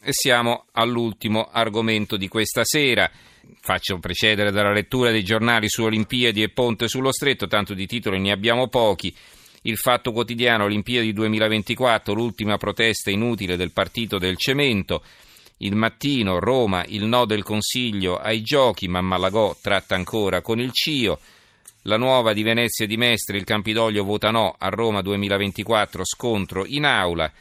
E siamo all'ultimo argomento di questa sera. Faccio precedere dalla lettura dei giornali su Olimpiadi e Ponte sullo Stretto, tanto di titoli ne abbiamo pochi. Il Fatto Quotidiano, Olimpiadi 2024, l'ultima protesta inutile del partito del cemento. Il Mattino, Roma, il no del Consiglio ai giochi, ma Malagò tratta ancora con il CIO. La Nuova di Venezia e di Mestre, il Campidoglio vota no a Roma 2024, scontro in aula.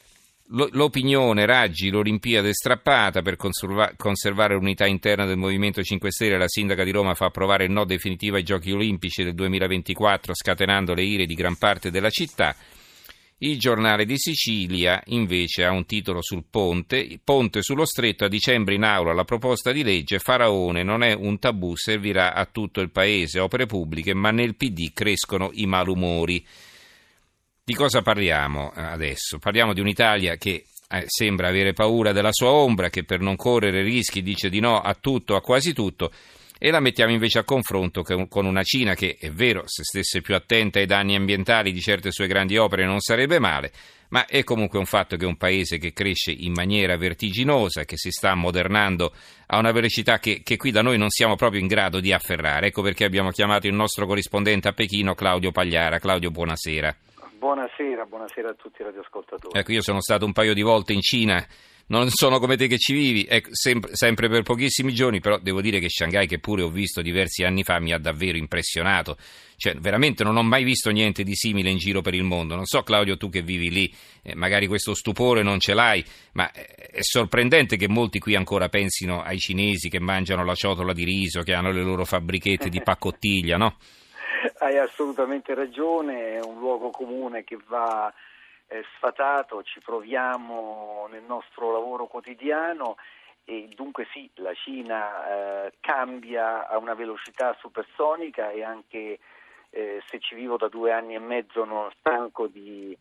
L'Opinione, Raggi, l'Olimpiade strappata per conservare l'unità interna del Movimento 5 Stelle. La sindaca di Roma fa approvare il no definitivo ai Giochi Olimpici del 2024, scatenando le ire di gran parte della città. Il Giornale di Sicilia invece ha un titolo sul Ponte sullo Stretto, a dicembre in aula la proposta di legge, Faraone non è un tabù, servirà a tutto il paese, opere pubbliche, ma nel PD crescono i malumori. Di cosa parliamo adesso? Parliamo di un'Italia che sembra avere paura della sua ombra, che per non correre rischi dice di no a tutto, a quasi tutto, e la mettiamo invece a confronto con una Cina che, è vero, se stesse più attenta ai danni ambientali di certe sue grandi opere non sarebbe male, ma è comunque un fatto che è un paese che cresce in maniera vertiginosa, che si sta ammodernando a una velocità che qui da noi non siamo proprio in grado di afferrare. Ecco perché abbiamo chiamato il nostro corrispondente a Pechino, Claudio Pagliara. Claudio, buonasera. Buonasera a tutti i radioascoltatori. Ecco, io sono stato un paio di volte in Cina, non sono come te che ci vivi, sempre per pochissimi giorni, però devo dire che Shanghai, che pure ho visto diversi anni fa, mi ha davvero impressionato. Cioè, veramente non ho mai visto niente di simile in giro per il mondo. Non so, Claudio, tu che vivi lì, magari questo stupore non ce l'hai, ma è sorprendente che molti qui ancora pensino ai cinesi che mangiano la ciotola di riso, che hanno le loro fabbrichette di pacottiglia, no? Hai assolutamente ragione, è un luogo comune che va sfatato, ci proviamo nel nostro lavoro quotidiano e dunque sì, la Cina cambia a una velocità supersonica e anche se ci vivo da 2 anni e mezzo non stanco di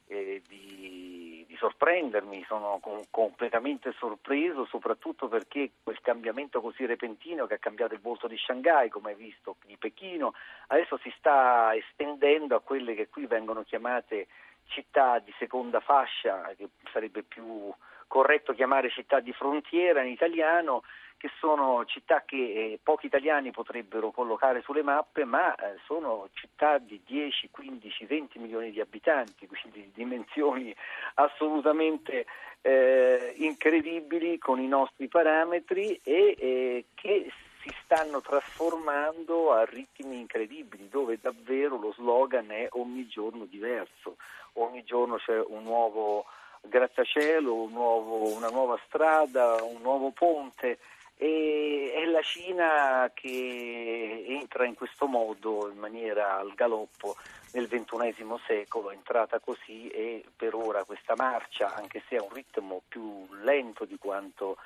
sorprendermi, sono completamente sorpreso, soprattutto perché quel cambiamento così repentino che ha cambiato il volto di Shanghai, come hai visto, di Pechino, adesso si sta estendendo a quelle che qui vengono chiamate città di seconda fascia, che sarebbe più corretto chiamare città di frontiera in italiano, che sono città che pochi italiani potrebbero collocare sulle mappe, ma sono città di 10, 15, 20 milioni di abitanti, quindi di dimensioni assolutamente incredibili con i nostri parametri e che si stanno trasformando a ritmi incredibili, dove davvero lo slogan è ogni giorno diverso, ogni giorno c'è un nuovo grattacielo, una nuova strada, un nuovo ponte. E è la Cina che entra in questo modo in maniera al galoppo nel XXI secolo, è entrata così e per ora questa marcia, anche se a un ritmo più lento di quanto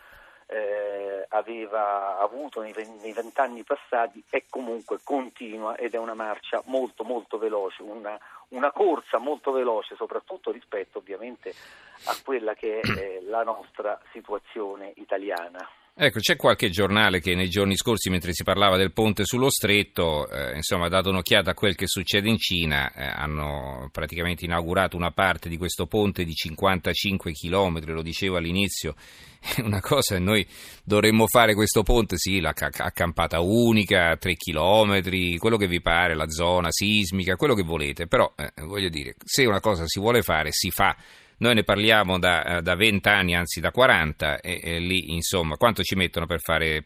aveva avuto nei 20 anni passati, è comunque continua ed è una marcia molto molto veloce, una corsa molto veloce, soprattutto rispetto ovviamente a quella che è la nostra situazione italiana. Ecco, c'è qualche giornale che nei giorni scorsi, mentre si parlava del ponte sullo Stretto, ha dato un'occhiata a quel che succede in Cina, hanno praticamente inaugurato una parte di questo ponte di 55 chilometri, lo dicevo all'inizio, è una cosa che noi dovremmo fare questo ponte, sì, la accampata unica, 3 chilometri, quello che vi pare, la zona sismica, quello che volete, però voglio dire, se una cosa si vuole fare, si fa. Noi ne parliamo da 20 anni, anzi da 40, e lì insomma quanto ci mettono per fare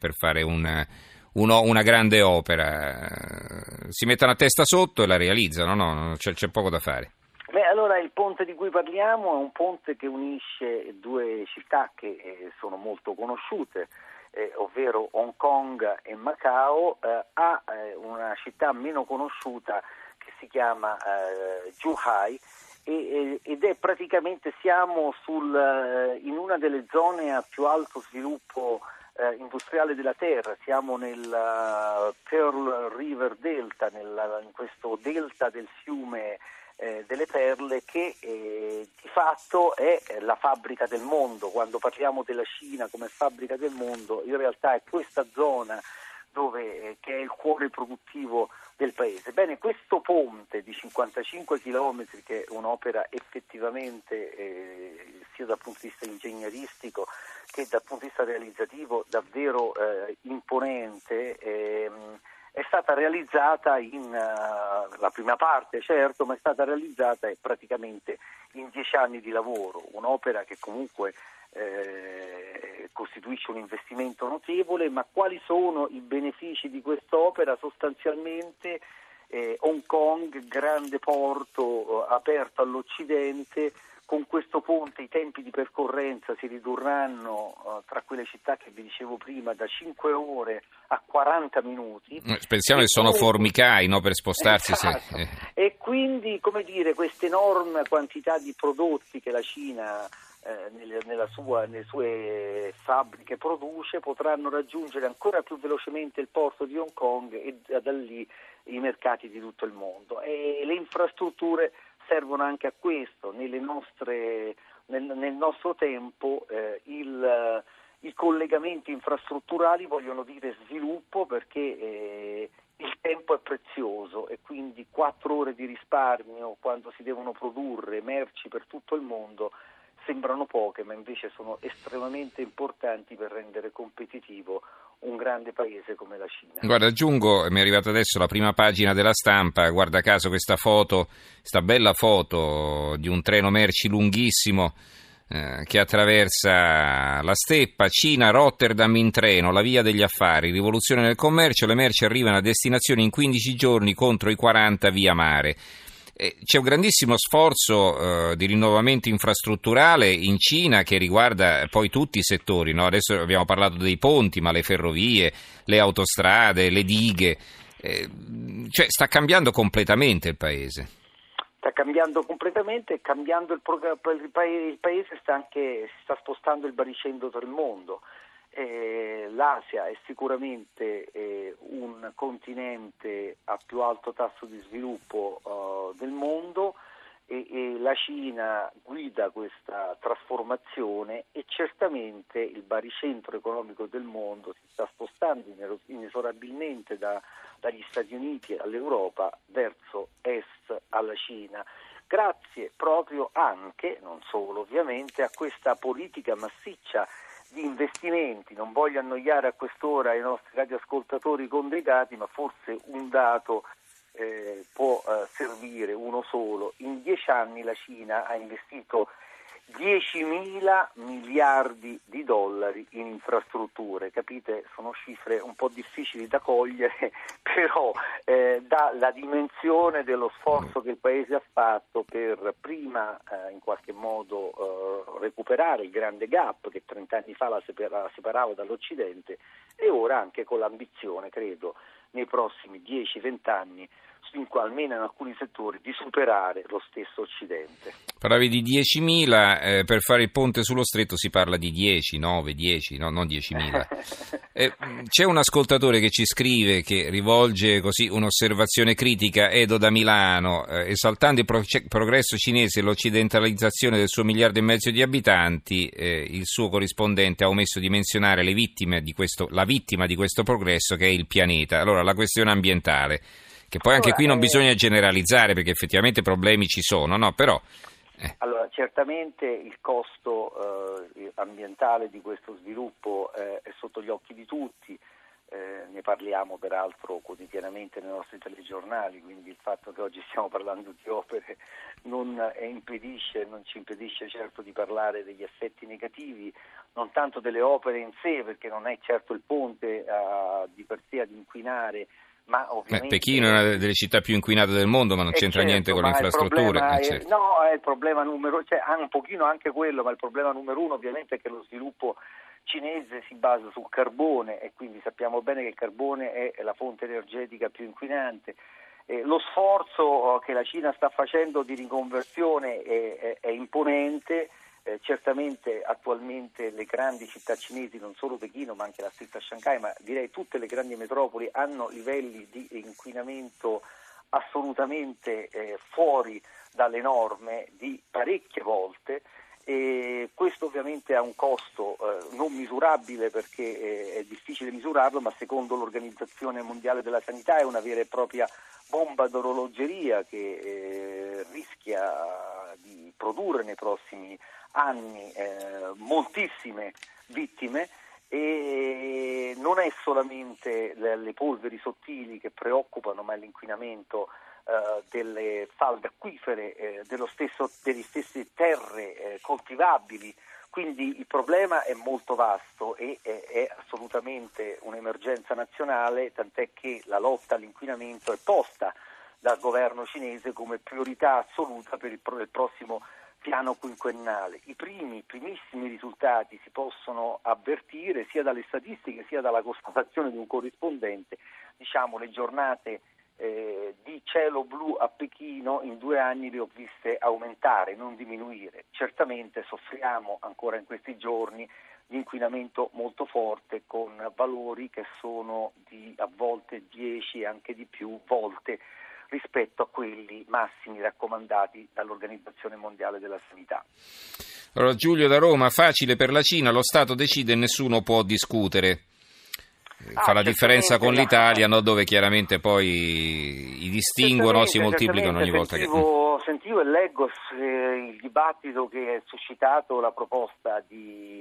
una grande opera? Si mettono a testa sotto e la realizzano, no? C'è poco da fare. Allora il ponte di cui parliamo è un ponte che unisce 2 città che sono molto conosciute, ovvero Hong Kong e Macao, a una città meno conosciuta che si chiama Zhuhai, ed è praticamente siamo in una delle zone a più alto sviluppo industriale della Terra, siamo nel Pearl River Delta, in questo delta del fiume delle perle che di fatto è la fabbrica del mondo. Quando parliamo della Cina come fabbrica del mondo, in realtà è questa zona che è il cuore produttivo del paese. Bene, questo ponte di 55 chilometri, che è un'opera effettivamente sia dal punto di vista ingegneristico che dal punto di vista realizzativo davvero imponente, è stata realizzata la prima parte, certo, ma è stata realizzata praticamente in 10 anni di lavoro, un'opera che comunque costituisce un investimento notevole. Ma quali sono i benefici di quest'opera? Sostanzialmente Hong Kong, grande porto aperto all'Occidente. Con questo ponte i tempi di percorrenza si ridurranno tra quelle città che vi dicevo prima da 5 ore a 40 minuti. Pensiamo che sono formicai, no, per spostarsi. Esatto. E quindi, come dire, questa enorme quantità di prodotti che la Cina nelle sue fabbriche produce potranno raggiungere ancora più velocemente il porto di Hong Kong e da lì i mercati di tutto il mondo. E le infrastrutture servono anche a questo. Nel nostro tempo i collegamenti infrastrutturali vogliono dire sviluppo, perché il tempo è prezioso e quindi 4 ore di risparmio quando si devono produrre merci per tutto il mondo sembrano poche, ma invece sono estremamente importanti per rendere competitivo un grande paese come la Cina. Guarda, aggiungo, mi è arrivata adesso la prima pagina della Stampa, guarda caso questa bella foto di un treno merci lunghissimo che attraversa la steppa. Cina, Rotterdam in treno, la via degli affari, rivoluzione nel commercio, le merci arrivano a destinazione in 15 giorni contro i 40 via mare. C'è un grandissimo sforzo di rinnovamento infrastrutturale in Cina che riguarda poi tutti i settori, no? Adesso abbiamo parlato dei ponti, ma le ferrovie, le autostrade, le dighe, cioè sta cambiando completamente il paese. Sta cambiando completamente, cambiando il paese si sta spostando il baricentro del mondo. L'Asia è sicuramente un continente a più alto tasso di sviluppo del mondo e la Cina guida questa trasformazione e certamente il baricentro economico del mondo si sta spostando inesorabilmente dagli Stati Uniti all'Europa verso est alla Cina, grazie proprio anche, non solo ovviamente, a questa politica massiccia di investimenti. Non voglio annoiare a quest'ora i nostri radioascoltatori con dei dati, ma forse un dato può servire, uno solo. In 10 anni la Cina ha investito 10.000 miliardi di dollari in infrastrutture. Capite, sono cifre un po' difficili da cogliere, però dà la dimensione dello sforzo che il Paese ha fatto per prima in qualche modo recuperare il grande gap che 30 anni fa la separava dall'Occidente, e ora anche con l'ambizione, credo, nei prossimi 10-20 anni, almeno in alcuni settori, di superare lo stesso Occidente. Parlavi di 10.000, per fare il ponte sullo stretto si parla di 10, 9, 10, no, non 10.000. C'è un ascoltatore che ci scrive, che rivolge così un'osservazione critica, Edo da Milano, esaltando il progresso cinese e l'occidentalizzazione del suo 1,5 miliardi di abitanti, il suo corrispondente ha omesso di menzionare la vittima di questo progresso, che è il pianeta. Allora, la questione ambientale, che poi anche qui non bisogna generalizzare, perché effettivamente problemi ci sono, no? Però allora, certamente il costo ambientale di questo sviluppo è sotto gli occhi di tutti, ne parliamo peraltro quotidianamente nei nostri telegiornali, quindi il fatto che oggi stiamo parlando di opere non ci impedisce certo di parlare degli effetti negativi, non tanto delle opere in sé, perché non è certo il ponte di per sé ad inquinare, ma ovviamente Pechino è una delle città più inquinate del mondo, ma non c'entra niente con le infrastrutture. No, è il problema numero, un pochino anche quello, ma il problema numero uno ovviamente è che lo sviluppo cinese si basa sul carbone e quindi sappiamo bene che il carbone è la fonte energetica più inquinante. Lo sforzo che la Cina sta facendo di riconversione è imponente. Certamente attualmente le grandi città cinesi, non solo Pechino ma anche la stessa Shanghai, ma direi tutte le grandi metropoli, hanno livelli di inquinamento assolutamente fuori dalle norme di parecchie volte, E questo ovviamente ha un costo non misurabile, perché è difficile misurarlo, ma secondo l'Organizzazione Mondiale della Sanità è una vera e propria bomba d'orologeria che rischia di produrre nei prossimi anni moltissime vittime. E non è solamente le polveri sottili che preoccupano, ma l'inquinamento delle falde acquifere, delle stesse terre coltivabili. Quindi il problema è molto vasto e è assolutamente un'emergenza nazionale, tant'è che la lotta all'inquinamento è posta dal governo cinese come priorità assoluta per il prossimo piano quinquennale. I primissimi risultati si possono avvertire sia dalle statistiche sia dalla constatazione di un corrispondente. Le giornate di cielo blu a Pechino in 2 anni le ho viste aumentare, non diminuire. Certamente soffriamo ancora in questi giorni di inquinamento molto forte, con valori che sono di a volte 10 e anche di più volte rispetto a quelli massimi raccomandati dall'Organizzazione Mondiale della Sanità. Allora, Giulio da Roma, facile per la Cina, lo Stato decide e nessuno può discutere. Fa la differenza con l'Italia, no? Dove chiaramente poi i distinguono si moltiplicano ogni volta che... Sentivo e leggo il dibattito che è suscitato la proposta di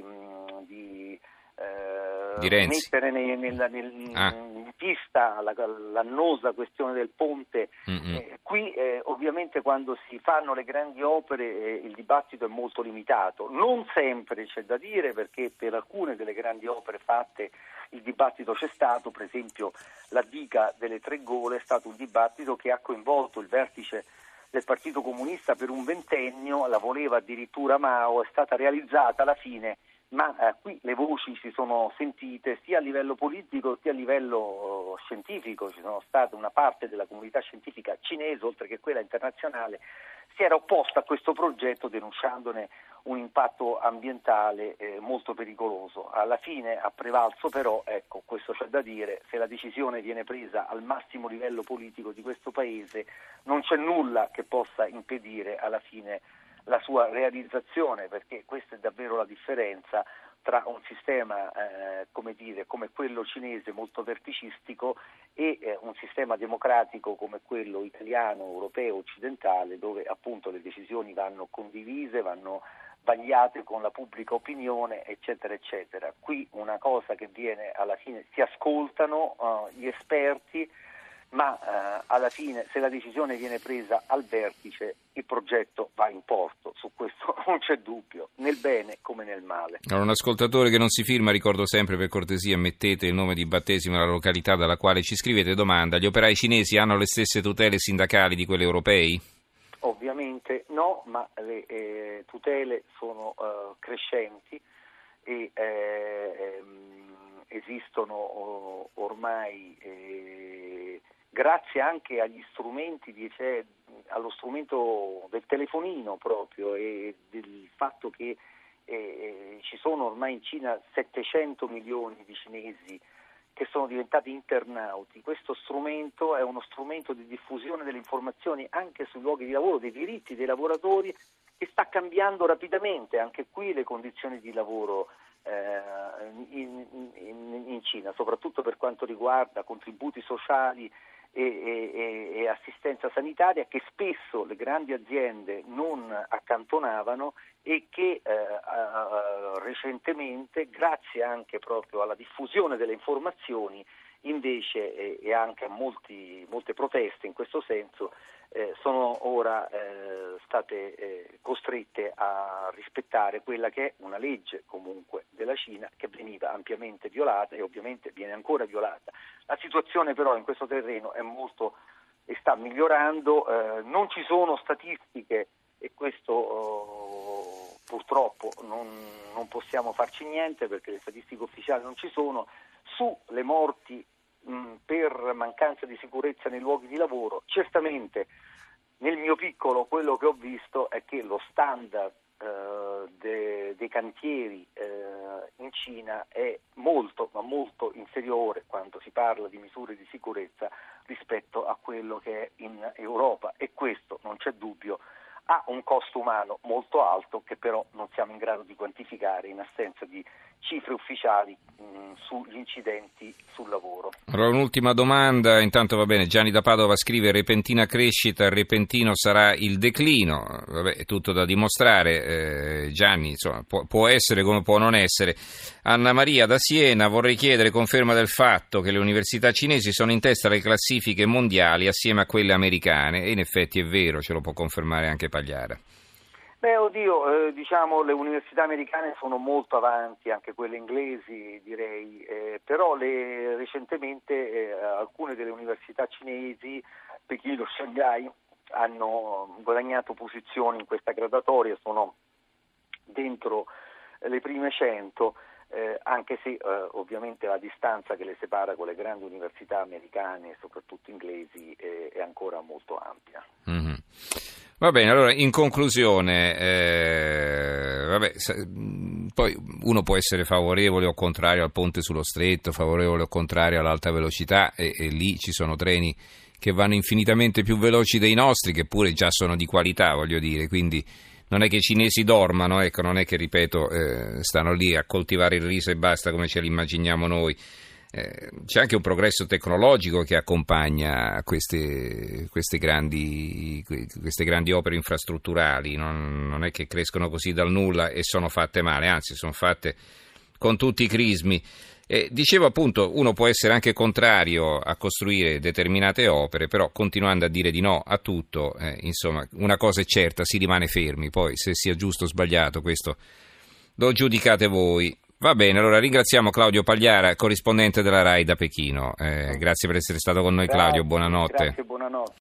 Renzi. mettere in pista l'annosa questione del ponte. Qui ovviamente quando si fanno le grandi opere il dibattito è molto limitato, non sempre c'è da dire, perché per alcune delle grandi opere fatte il dibattito c'è stato. Per esempio la diga delle Tre Gole è stato un dibattito che ha coinvolto il vertice del Partito Comunista per un ventennio, la voleva addirittura Mao, è stata realizzata alla fine, ma qui le voci si sono sentite sia a livello politico sia a livello scientifico. Ci sono state una parte della comunità scientifica cinese, oltre che quella internazionale, si era opposta a questo progetto denunciandone un impatto ambientale molto pericoloso. Alla fine ha prevalso però, questo c'è da dire, se la decisione viene presa al massimo livello politico di questo paese non c'è nulla che possa impedire alla fine la sua realizzazione, perché questa è davvero la differenza tra un sistema come quello cinese molto verticistico e un sistema democratico come quello italiano, europeo, occidentale, dove appunto le decisioni vanno condivise, vanno vagliate con la pubblica opinione, eccetera eccetera. Qui una cosa che viene alla fine, si ascoltano gli esperti, ma alla fine se la decisione viene presa al vertice il progetto va in porto, su questo non c'è dubbio, nel bene come nel male. Allora, un ascoltatore che non si firma, ricordo sempre per cortesia, mettete il nome di battesimo e la località dalla quale ci scrivete, domanda: gli operai cinesi hanno le stesse tutele sindacali di quelle europei? Ovviamente no, ma le tutele sono crescenti e esistono ormai grazie anche agli strumenti, allo strumento del telefonino proprio, e del fatto che ci sono ormai in Cina 700 milioni di cinesi che sono diventati internauti. Questo strumento è uno strumento di diffusione delle informazioni anche sui luoghi di lavoro, dei diritti dei lavoratori, che sta cambiando rapidamente anche qui le condizioni di lavoro in Cina, soprattutto per quanto riguarda contributi sociali e assistenza sanitaria, che spesso le grandi aziende non accantonavano e che recentemente, grazie anche proprio alla diffusione delle informazioni, invece e anche a molte proteste in questo senso, sono ora state costrette a rispettare quella che è una legge comunque della Cina, che veniva ampiamente violata e ovviamente viene ancora violata. La situazione però in questo terreno è molto e sta migliorando, non ci sono statistiche e questo purtroppo non possiamo farci niente, perché le statistiche ufficiali non ci sono, sulle morti per mancanza di sicurezza nei luoghi di lavoro. Certamente nel mio piccolo quello che ho visto è che lo standard dei cantieri in Cina è molto ma molto inferiore quando si parla di misure di sicurezza rispetto a quello che è in Europa, e questo non c'è dubbio ha un costo umano molto alto che però non siamo in grado di quantificare in assenza di cifre ufficiali sugli incidenti sul lavoro. Allora, un'ultima domanda, intanto va bene, Gianni da Padova scrive: repentina crescita, repentino sarà il declino. Vabbè, è tutto da dimostrare, Gianni, insomma, può essere come può non essere. Anna Maria da Siena: vorrei chiedere conferma del fatto che le università cinesi sono in testa alle classifiche mondiali assieme a quelle americane, e in effetti è vero, ce lo può confermare anche Pagliara. Beh, diciamo le università americane sono molto avanti, anche quelle inglesi direi, però recentemente alcune delle università cinesi, Pechino, Shanghai, hanno guadagnato posizioni in questa graduatoria, sono dentro le prime 100, anche se ovviamente la distanza che le separa con le grandi università americane, soprattutto inglesi, è ancora molto ampia. Mm-hmm. Va bene, allora in conclusione, poi uno può essere favorevole o contrario al ponte sullo stretto, favorevole o contrario all'alta velocità, e lì ci sono treni che vanno infinitamente più veloci dei nostri, che pure già sono di qualità, voglio dire, quindi non è che i cinesi dormano, ecco, non è che, ripeto, stanno lì a coltivare il riso e basta come ce l'immaginiamo noi. C'è anche un progresso tecnologico che accompagna queste grandi opere infrastrutturali, non è che crescono così dal nulla e sono fatte male, anzi sono fatte con tutti i crismi. Dicevo appunto, uno può essere anche contrario a costruire determinate opere, però continuando a dire di no a tutto, insomma, una cosa è certa, si rimane fermi, poi se sia giusto o sbagliato questo lo giudicate voi. Va bene, allora ringraziamo Claudio Pagliara, corrispondente della RAI da Pechino. Grazie per essere stato con noi, Claudio, buonanotte. Grazie, buonanotte.